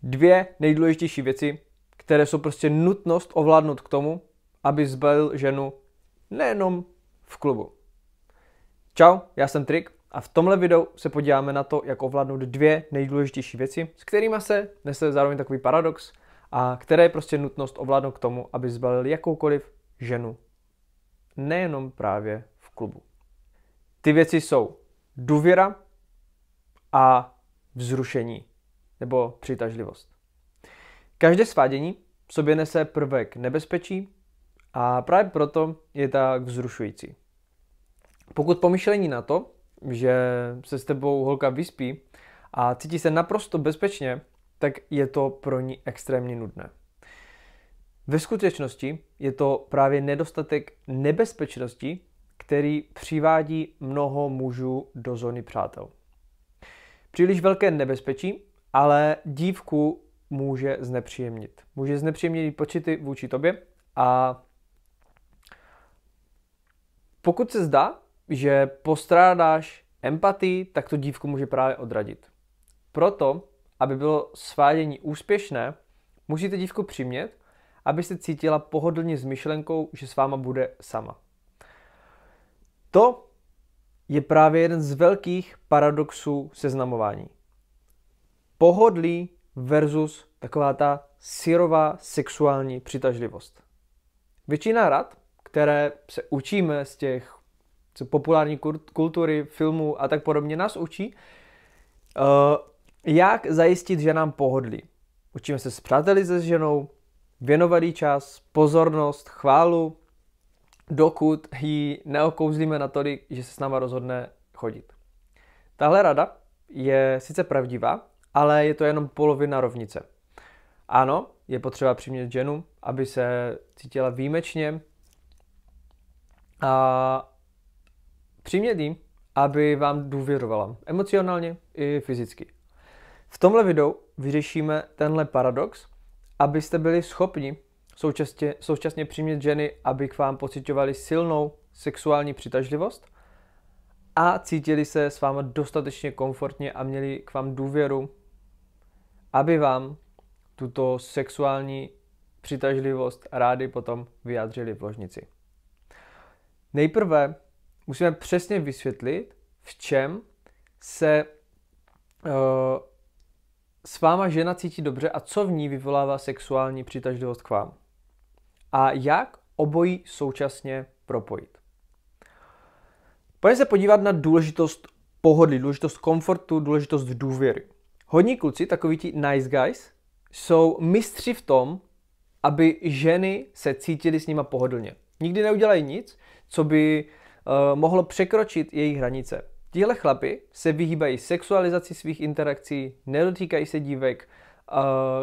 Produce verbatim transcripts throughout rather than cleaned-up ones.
Dvě nejdůležitější věci, které jsou prostě nutnost ovládnout k tomu, aby zbalil ženu nejenom v klubu. Čau, já jsem Trik a v tomhle videu se podíváme na to, jak ovládnout dvě nejdůležitější věci, s kterými se nese zároveň takový paradox a které je prostě nutnost ovládnout k tomu, aby zbalil jakoukoliv ženu. Nejenom právě v klubu. Ty věci jsou důvěra a vzrušení nebo přitažlivost. Každé svádění v sobě nese prvek nebezpečí a právě proto je tak vzrušující. Pokud pomyšlení na to, že se s tebou holka vyspí a cítí se naprosto bezpečně, tak je to pro ní extrémně nudné. Ve skutečnosti je to právě nedostatek nebezpečnosti, který přivádí mnoho mužů do zóny přátel. Příliš velké nebezpečí, ale dívku může znepříjemnit. Může znepříjemnit pocity vůči tobě a pokud se zdá, že postrádáš empatii, tak to dívku může právě odradit. Proto, aby bylo svádění úspěšné, musíte dívku přimět, aby se cítila pohodlně s myšlenkou, že s váma bude sama. To je právě jeden z velkých paradoxů seznamování. Pohodlí versus taková ta syrová sexuální přitažlivost. Většina rad, které se učíme z těch populární kultury, filmů a tak podobně, nás učí, jak zajistit ženám pohodlí. Učíme se spřátelit se ženou, věnovat jí čas, pozornost, chválu, dokud ji neokouzlíme natolik, že se s náma rozhodne chodit. Tahle rada je sice pravdivá, ale je to jenom polovina rovnice. Ano, je potřeba přimět ženu, aby se cítila výjimečně a přimět jí, aby vám důvěřovala emocionálně i fyzicky. V tomhle videu vyřešíme tenhle paradox, abyste byli schopni současně, současně přimět ženy, aby k vám pociťovali silnou sexuální přitažlivost a cítili se s váma dostatečně komfortně a měli k vám důvěru, aby vám tuto sexuální přitažlivost rádi potom vyjádřili v ložnici. Nejprve musíme přesně vysvětlit, v čem se uh, s váma žena cítí dobře a co v ní vyvolává sexuální přitažlivost k vám. A jak obojí současně propojit. Pojďme se podívat na důležitost pohodlí, důležitost komfortu, důležitost důvěry. Hodní kluci, takoví ti nice guys, jsou mistři v tom, aby ženy se cítily s nima pohodlně. Nikdy neudělají nic, co by uh, mohlo překročit jejich hranice. Tihle chlapi se vyhýbají sexualizaci svých interakcí, nedotýkají se dívek, uh,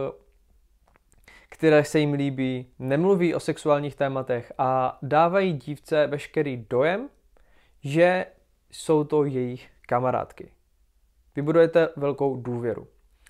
které se jim líbí, nemluví o sexuálních tématech a dávají dívce veškerý dojem, že jsou to jejich kamarádky. Vybudujete velkou důvěru.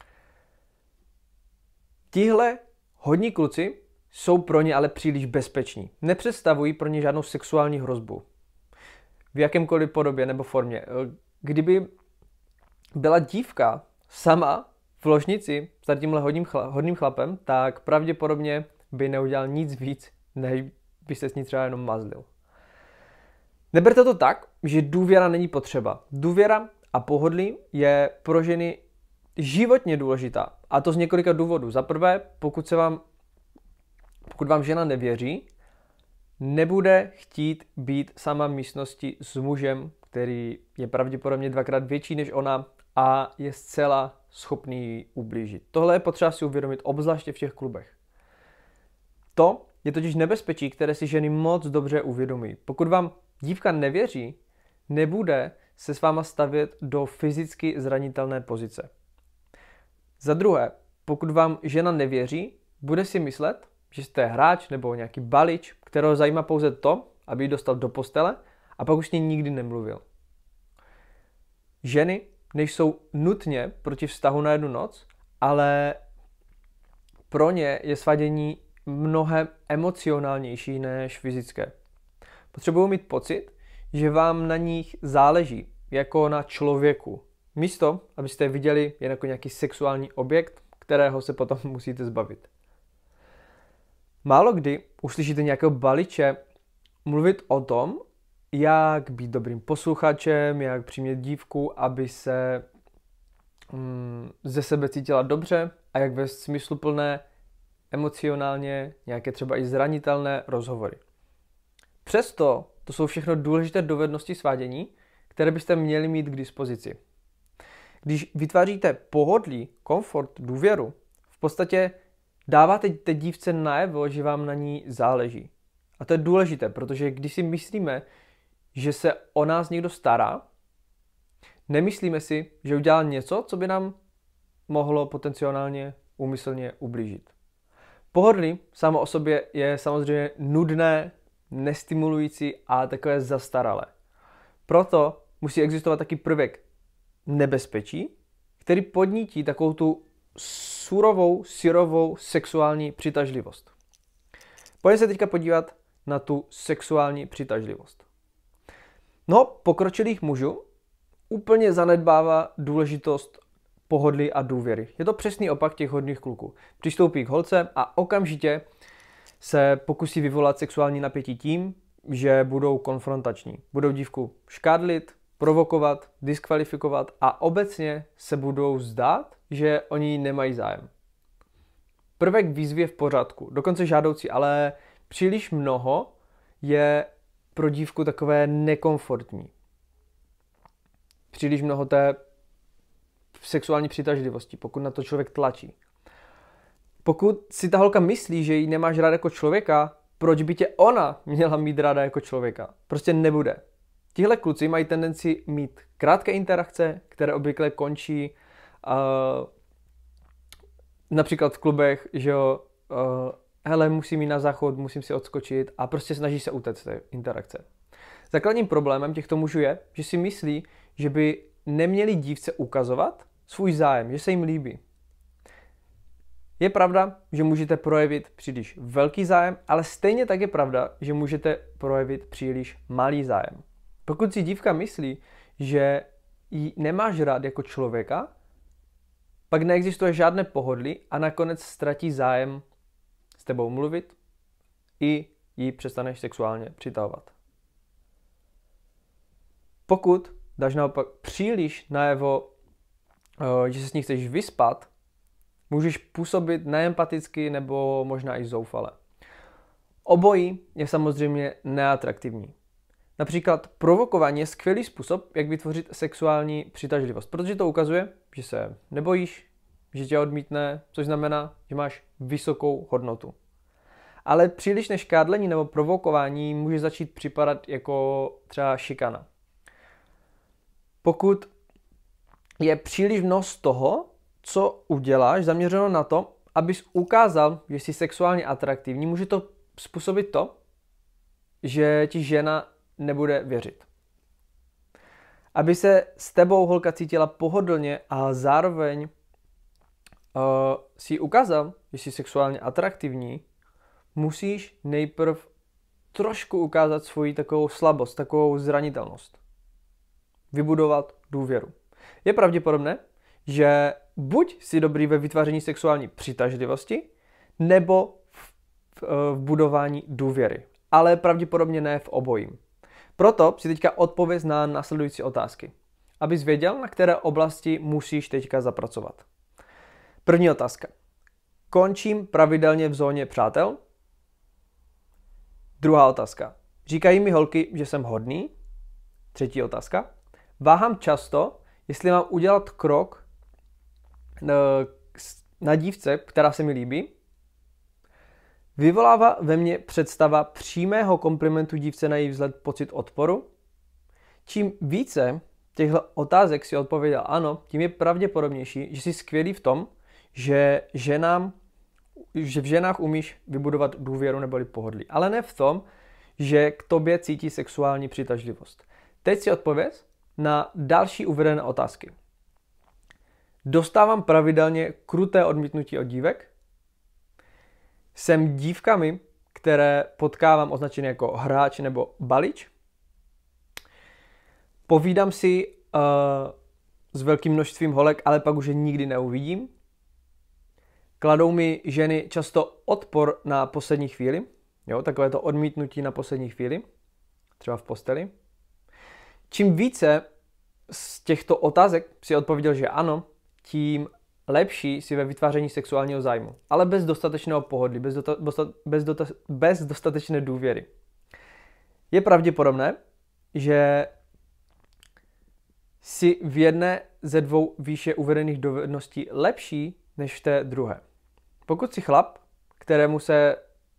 Tihle hodní kluci jsou pro ně ale příliš bezpeční. Nepředstavují pro ně žádnou sexuální hrozbu. V jakémkoliv podobě nebo formě. Kdyby byla dívka sama v ložnici s tímhle hodným, chla, hodným chlapem, tak pravděpodobně by neudělal nic víc, než by se s ní třeba jenom mazlil. Neberte to tak, že důvěra není potřeba. Důvěra a pohodlí je pro ženy životně důležitá. A to z několika důvodů. Za prvé, pokud se vám, pokud vám žena nevěří, nebude chtít být sama v místnosti s mužem, který je pravděpodobně dvakrát větší než ona a je zcela schopný jí ublížit. Tohle je potřeba si uvědomit, obzvláště v těch klubech. To je totiž nebezpečí, které si ženy moc dobře uvědomí. Pokud vám dívka nevěří, nebude se s váma stavět do fyzicky zranitelné pozice. Za druhé, pokud vám žena nevěří, bude si myslet, že jste hráč nebo nějaký balič, kterého zajímá pouze to, aby ji dostal do postele a pak už s ní nikdy nemluvil. Ženy nejsou nutně proti vztahu na jednu noc, ale pro ně je svadění mnohem emocionálnější než fyzické. Potřebují mít pocit, že vám na nich záleží, jako na člověku. Místo, abyste je viděli jen jako nějaký sexuální objekt, kterého se potom musíte zbavit. Málo kdy uslyšíte nějakého baliče mluvit o tom, jak být dobrým posluchačem, jak přimět dívku, aby se mm, ze sebe cítila dobře a jak vést smysluplné, emocionálně, nějaké třeba i zranitelné rozhovory. Přesto to jsou všechno důležité dovednosti svádění, které byste měli mít k dispozici. Když vytváříte pohodlí, komfort, důvěru, v podstatě dáváte té dívce najevo, že vám na ní záleží. A to je důležité, protože když si myslíme, že se o nás někdo stará, nemyslíme si, že udělá něco, co by nám mohlo potenciálně úmyslně ublížit. Pohodlí samo o sobě je samozřejmě nudné, nestimulující a takové zastaralé. Proto musí existovat taky prvek nebezpečí, který podnítí takovou tu surovou, syrovou sexuální přitažlivost. Pojďme se teďka podívat na tu sexuální přitažlivost. Mnoho pokročilých mužů úplně zanedbává důležitost pohodlí a důvěry. Je to přesný opak těch hodných kluků. Přistoupí k holce a okamžitě se pokusí vyvolat sexuální napětí tím, že budou konfrontační. Budou dívku škádlit, provokovat, diskvalifikovat a obecně se budou zdát, že oni nemají zájem. Prvek výzvy je v pořádku, dokonce žádoucí, ale příliš mnoho je pro dívku takové nekomfortní. Příliš mnoho té sexuální přitažlivosti, pokud na to člověk tlačí. Pokud si ta holka myslí, že ji nemáš rád jako člověka, proč by tě ona měla mít ráda jako člověka? Prostě nebude. Tihle kluci mají tendenci mít krátké interakce, které obvykle končí uh, například v klubech, že jo, uh, hele, musím jít na záchod, musím si odskočit a prostě snaží se utéct z té interakce. Základním problémem těchto mužů je, že si myslí, že by neměli dívce ukazovat svůj zájem, že se jim líbí. Je pravda, že můžete projevit příliš velký zájem, ale stejně tak je pravda, že můžete projevit příliš malý zájem. Pokud si dívka myslí, že ji nemáš rád jako člověka, pak neexistuje žádné pohodlí a nakonec ztratí zájem s tebou mluvit i ji přestaneš sexuálně přitahovat. Pokud dáš naopak příliš najevo, že se s ní chceš vyspat, můžeš působit neempaticky nebo možná i zoufale. Obojí je samozřejmě neatraktivní. Například provokování je skvělý způsob, jak vytvořit sexuální přitažlivost, protože to ukazuje, že se nebojíš, že tě odmítne, což znamená, že máš vysokou hodnotu. Ale přílišné škádlení nebo provokování může začít připadat jako třeba šikana. Pokud je příliš mnoho z toho, co uděláš, zaměřeno na to, abys ukázal, že jsi sexuálně atraktivní, může to způsobit to, že ti žena nebude věřit. Aby se s tebou holka cítila pohodlně a zároveň uh, si ukázal, že jsi sexuálně atraktivní, musíš nejprv trošku ukázat svoji takovou slabost, takovou zranitelnost. Vybudovat důvěru. Je pravděpodobné, že buď jsi dobrý ve vytváření sexuální přitažlivosti, nebo v, v, v budování důvěry. Ale pravděpodobně ne v obojím. Proto si teďka odpověz na následující otázky, abys věděl, na které oblasti musíš teďka zapracovat. První otázka. Končím pravidelně v zóně přátel? Druhá otázka. Říkají mi holky, že jsem hodný? Třetí otázka. Váhám často, jestli mám udělat krok na dívce, která se mi líbí. Vyvolává ve mně představa přímého komplimentu dívce na její vzhled pocit odporu? Čím více těchto otázek si odpověděl ano, tím je pravděpodobnější, že jsi skvělý v tom, že, ženám, že v ženách umíš vybudovat důvěru neboli pohodlí. Ale ne v tom, že k tobě cítí sexuální přitažlivost. Teď si odpověz na další uvedené otázky. Dostávám pravidelně kruté odmítnutí od dívek? Jsem dívkami, které potkávám označené jako hráč nebo balič? Povídám si uh, s velkým množstvím holek, ale pak už je nikdy neuvidím? Kladou mi ženy často odpor na poslední chvíli, jo, takové to odmítnutí na poslední chvíli, třeba v posteli. Čím více z těchto otázek si odpověděl, že ano, tím lepší si ve vytváření sexuálního zájmu, ale bez dostatečného pohodlí, bez, dota, bez, dota, bez dostatečné důvěry. Je pravděpodobné, že si v jedné ze dvou výše uvedených dovedností lepší než v té druhé. Pokud si chlap, kterému se,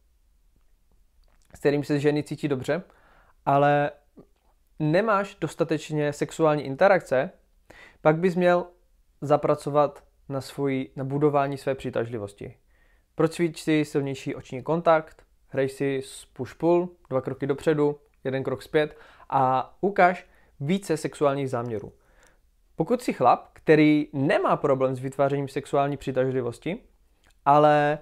s kterým se ženy cítí dobře, ale nemáš dostatečně sexuální interakce, pak bys měl zapracovat na, svůj, na budování své přitažlivosti. Procvič si silnější oční kontakt, hrej si push-pull, dva kroky dopředu, jeden krok zpět a ukáž více sexuálních záměrů. Pokud jsi chlap, který nemá problém s vytvářením sexuální přitažlivosti, ale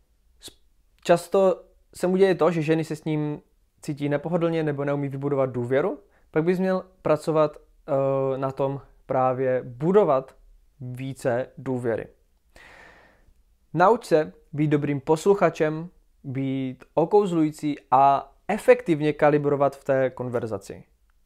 často se mu děje to, že ženy se s ním cítí nepohodlně nebo neumí vybudovat důvěru, pak bys měl pracovat uh, na tom právě budovat více důvěry. Nauč se být dobrým posluchačem, být okouzlující a efektivně kalibrovat v té konverzaci.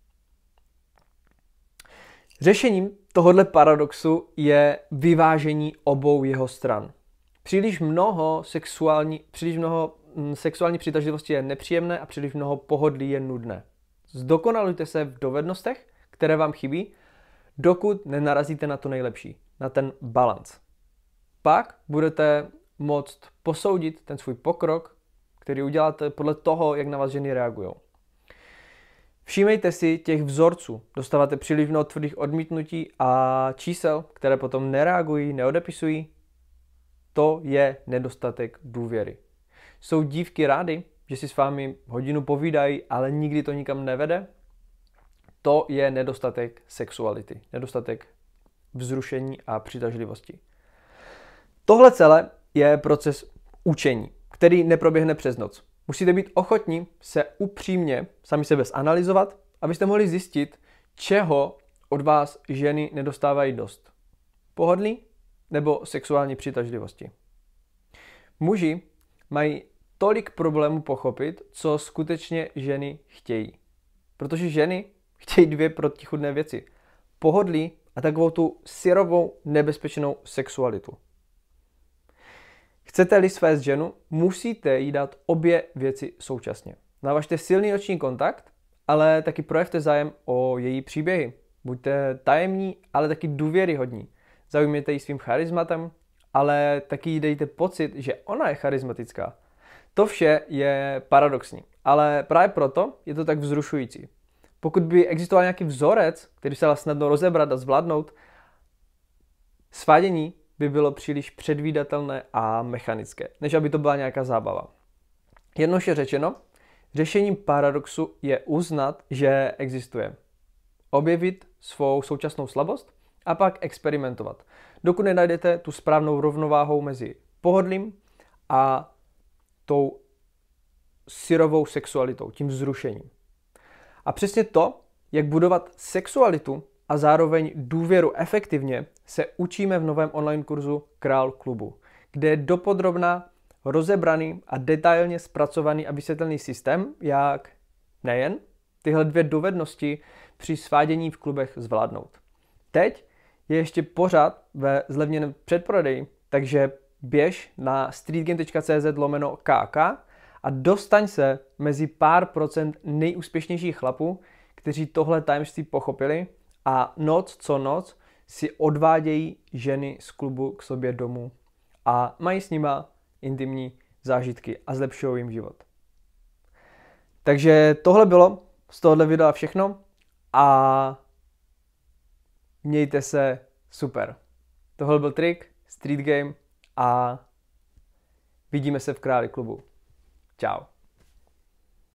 Řešením tohoto paradoxu je vyvážení obou jeho stran. Příliš mnoho sexuální, příliš mnoho sexuální přitažlivosti je nepříjemné a příliš mnoho pohodlí je nudné. Zdokonalujte se v dovednostech, které vám chybí, dokud nenarazíte na to nejlepší, na ten balanc. Pak budete moct posoudit ten svůj pokrok, který uděláte podle toho, jak na vás ženy reagují. Všímejte si těch vzorců. Dostáváte příliš mnoho tvrdých odmítnutí a čísel, které potom nereagují, neodepisují. To je nedostatek důvěry. Jsou dívky rády, že si s vámi hodinu povídají, ale nikdy to nikam nevede? To je nedostatek sexuality, nedostatek vzrušení a přitažlivosti. Tohle celé je proces učení, který neproběhne přes noc. Musíte být ochotní se upřímně sami sebe zanalyzovat, abyste mohli zjistit, čeho od vás ženy nedostávají dost. Pohodlí nebo sexuální přitažlivosti. Muži mají tolik problémů pochopit, co skutečně ženy chtějí. Protože ženy chtějí dvě protichůdné věci. Pohodlí a takovou tu syrovou, nebezpečnou sexualitu. Chcete-li svést ženu, musíte jí dát obě věci současně. Navažte silný oční kontakt, ale taky projevte zájem o její příběhy. Buďte tajemní, ale taky důvěryhodní. Zaujměte ji svým charizmatem, ale taky jí dejte pocit, že ona je charismatická. To vše je paradoxní, ale právě proto je to tak vzrušující. Pokud by existoval nějaký vzorec, který se dá snadno rozebrat a zvládnout, svádění by bylo příliš předvídatelné a mechanické, než aby to byla nějaká zábava. Jednoduše řečeno, řešením paradoxu je uznat, že existuje. Objevit svou současnou slabost a pak experimentovat, dokud nenajdete tu správnou rovnováhu mezi pohodlím a tou syrovou sexualitou, tím vzrušením. A přesně to, jak budovat sexualitu a zároveň důvěru efektivně, se učíme v novém online kurzu Král klubu, kde je dopodrobna rozebraný a detailně zpracovaný a vysvětlený systém, jak nejen tyhle dvě dovednosti při svádění v klubech zvládnout. Teď je ještě pořád ve zlevněném předprodeji, takže běž na streetgame tečka cz lomeno kk a dostaň se mezi pár procent nejúspěšnějších chlapů, kteří tohle tajemství pochopili a noc co noc si odvádějí ženy z klubu k sobě domů a mají s nima intimní zážitky a zlepšují jim život. Takže tohle bylo z tohohle videa všechno a mějte se super. Tohle byl trik, Street Game a vidíme se v Králi klubu. Čau.